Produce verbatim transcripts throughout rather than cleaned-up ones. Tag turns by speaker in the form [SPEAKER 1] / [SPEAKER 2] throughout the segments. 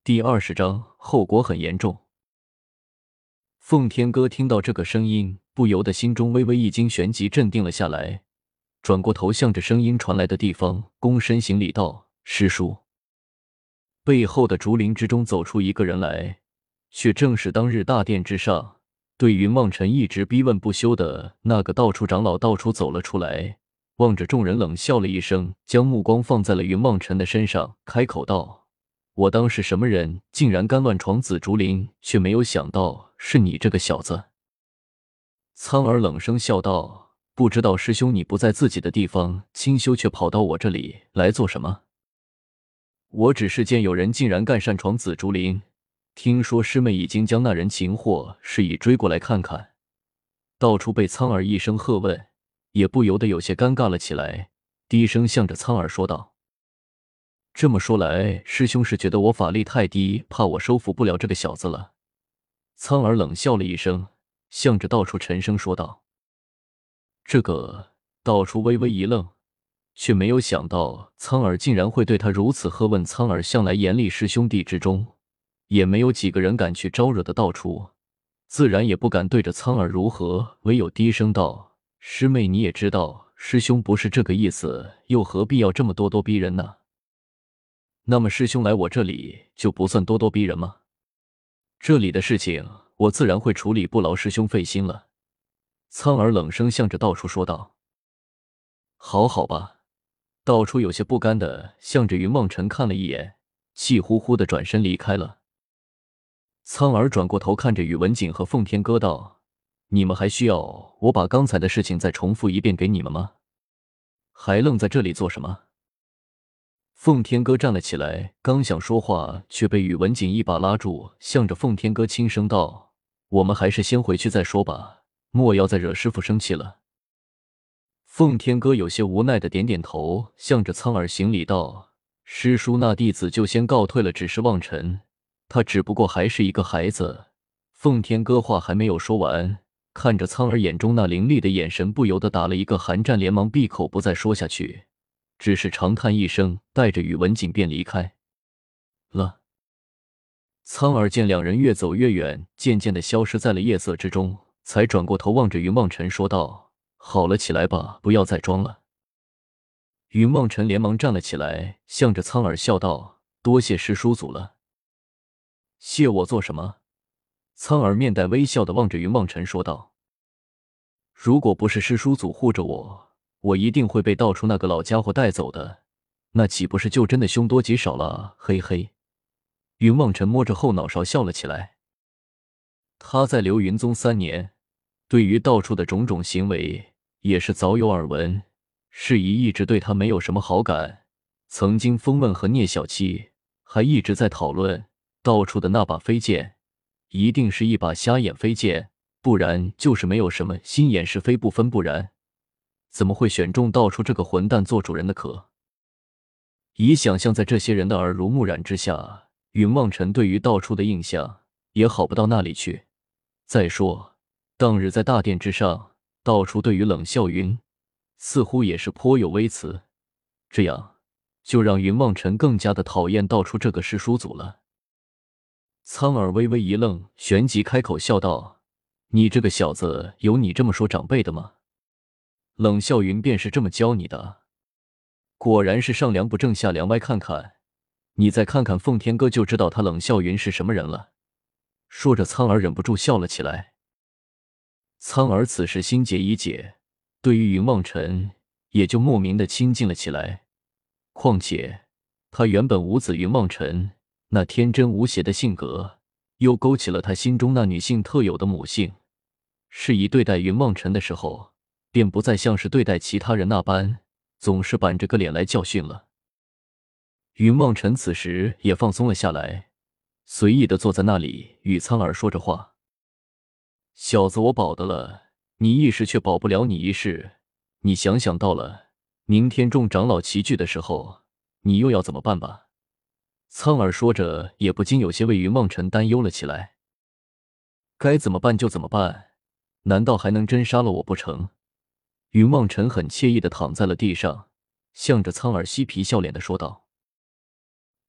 [SPEAKER 1] 第二十章，后果很严重。奉天哥听到这个声音，不由得心中微微一惊，旋即镇定了下来，转过头向着声音传来的地方躬身行礼道：“师叔。”背后的竹林之中走出一个人来，却正是当日大殿之上对云望尘一直逼问不休的那个道出长老。道出走了出来，望着众人冷笑了一声，将目光放在了云望尘的身上，开口道：“我当是什么人，竟然干乱闯紫竹林，却没有想到是你这个小子。”苍儿冷声笑道：“不知道师兄你不在自己的地方清修，却跑到我这里来做什么？”“我只是见有人竟然干擅闯紫竹林，听说师妹已经将那人擒获，示意追过来看看。”道出被苍儿一声喝问，也不由得有些尴尬了起来，低声向着苍儿说道：“这么说来，师兄是觉得我法力太低，怕我收服不了这个小子了？”苍儿冷笑了一声，向着道出沉声说道：“这个。”道出微微一愣，却没有想到苍儿竟然会对他如此喝问。苍儿向来严厉，师兄弟之中也没有几个人敢去招惹的道出，自然也不敢对着苍儿如何，唯有低声道：“师妹，你也知道师兄不是这个意思，又何必要这么咄咄逼人呢？”“那么师兄来我这里就不算咄咄逼人吗？这里的事情我自然会处理，不劳师兄费心了。”苍儿冷声向着道出说道。“好好吧。”道出有些不甘的向着云望尘看了一眼，气呼呼的转身离开了。苍儿转过头看着宇文景和奉天哥道：“你们还需要我把刚才的事情再重复一遍给你们吗？还愣在这里做什么？”奉天哥站了起来，刚想说话，却被宇文景一把拉住，向着奉天哥轻声道：“我们还是先回去再说吧，莫要再惹师父生气了。”奉天哥有些无奈的点点头，向着苍儿行礼道：“师叔，那弟子就先告退了。只是望尘，他只不过还是一个孩子。”奉天哥话还没有说完，看着苍儿眼中那凌厉的眼神，不由得打了一个寒战，连忙闭口不再说下去，只是长叹一声，带着宇文景便离开了。苍儿见两人越走越远，渐渐地消失在了夜色之中，才转过头望着云望尘说道：“好了，起来吧，不要再装了。”云望尘连忙站了起来，向着苍儿笑道：“多谢师叔祖了。”“谢我做什么？”苍儿面带微笑的望着云望尘说道：“如果不是师叔祖护着我，我一定会被道出那个老家伙带走的，那岂不是就真的凶多吉少了？嘿嘿。”云望尘摸着后脑勺笑了起来。他在流云宗三年，对于道出的种种行为也是早有耳闻，适宜一直对他没有什么好感。曾经风问和聂小七还一直在讨论道出的那把飞剑一定是一把瞎眼飞剑，不然就是没有什么心眼是非不分，不然怎么会选中道出这个混蛋做主人的可？以想象在这些人的耳濡目染之下，云望尘对于道出的印象也好不到那里去。再说当日在大殿之上，道出对于冷笑云似乎也是颇有微词，这样就让云望尘更加的讨厌道出这个师叔祖了。苍耳微微一愣，旋即开口笑道：“你这个小子，有你这么说长辈的吗？冷笑云便是这么教你的？果然是上梁不正下梁歪，看看你再看看奉天哥，就知道他冷笑云是什么人了。”说着，苍儿忍不住笑了起来。苍儿此时心结已解，对于云望尘也就莫名的亲近了起来。况且他原本无子云望尘那天真无邪的性格，又勾起了他心中那女性特有的母性，适宜对待云望尘的时候，便不再像是对待其他人那般总是板着个脸来教训了。云望尘此时也放松了下来，随意的坐在那里与苍儿说着话：“小子，我保得了你一时，却保不了你一世。你想想，到了明天众长老齐聚的时候，你又要怎么办吧？”苍儿说着，也不禁有些为云望尘担忧了起来。该怎么办就怎么办，难道还能真杀了我不成？云望尘很惬意的躺在了地上，向着苍儿嬉皮笑脸的说道。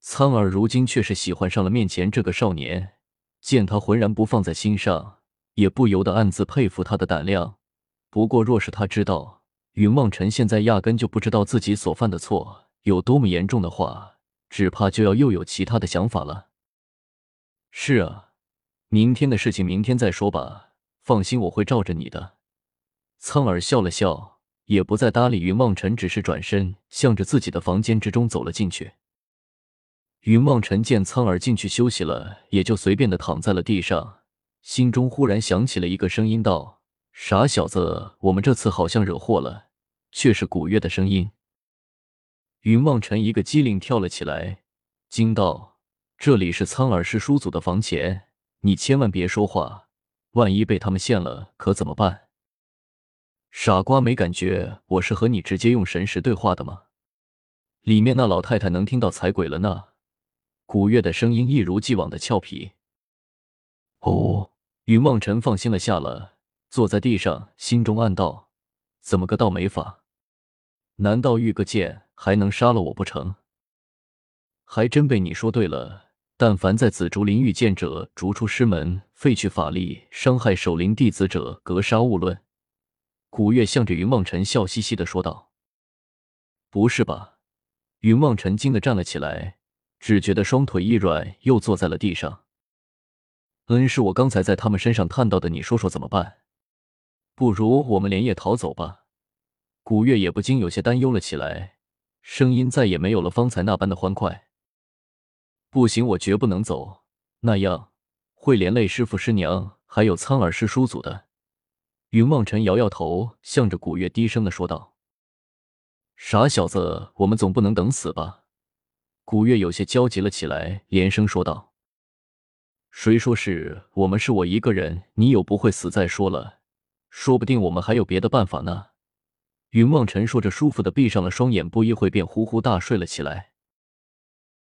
[SPEAKER 1] 苍耳如今却是喜欢上了面前这个少年，见他浑然不放在心上，也不由得暗自佩服他的胆量。不过若是他知道云望尘现在压根就不知道自己所犯的错有多么严重的话，只怕就要又有其他的想法了。是啊，明天的事情明天再说吧，放心，我会罩着你的。苍耳笑了笑，也不再搭理云望尘，只是转身向着自己的房间之中走了进去。云望尘见苍耳进去休息了，也就随便的躺在了地上，心中忽然响起了一个声音道：傻小子，我们这次好像惹祸了。却是古月的声音。云望尘一个机灵跳了起来，惊道：这里是苍耳师叔祖的房前，你千万别说话，万一被他们现了可怎么办？傻瓜，没感觉我是和你直接用神识对话的吗？里面那老太太能听到才鬼了呢。古月的声音一如既往的俏皮。哦，云望尘放心了下了，坐在地上，心中暗道：怎么个倒霉法？难道遇个剑还能杀了我不成？还真被你说对了，但凡在紫竹林遇剑者，逐出师门，废去法力，伤害守灵弟子者，格杀勿论。古月向着云望尘笑嘻嘻地说道。不是吧？云望尘惊得站了起来，只觉得双腿一软，又坐在了地上。恩是我刚才在他们身上探到的，你说说怎么办？不如我们连夜逃走吧。古月也不禁有些担忧了起来，声音再也没有了方才那般的欢快。不行，我绝不能走，那样会连累师父师娘还有苍耳师叔祖的。云望尘摇摇头，向着古月低声的说道：傻小子，我们总不能等死吧？古月有些焦急了起来，连声说道：谁说是我们是我一个人，你有不会死再说了，说不定我们还有别的办法呢。云望尘说着，舒服的闭上了双眼，不一会便呼呼大睡了起来。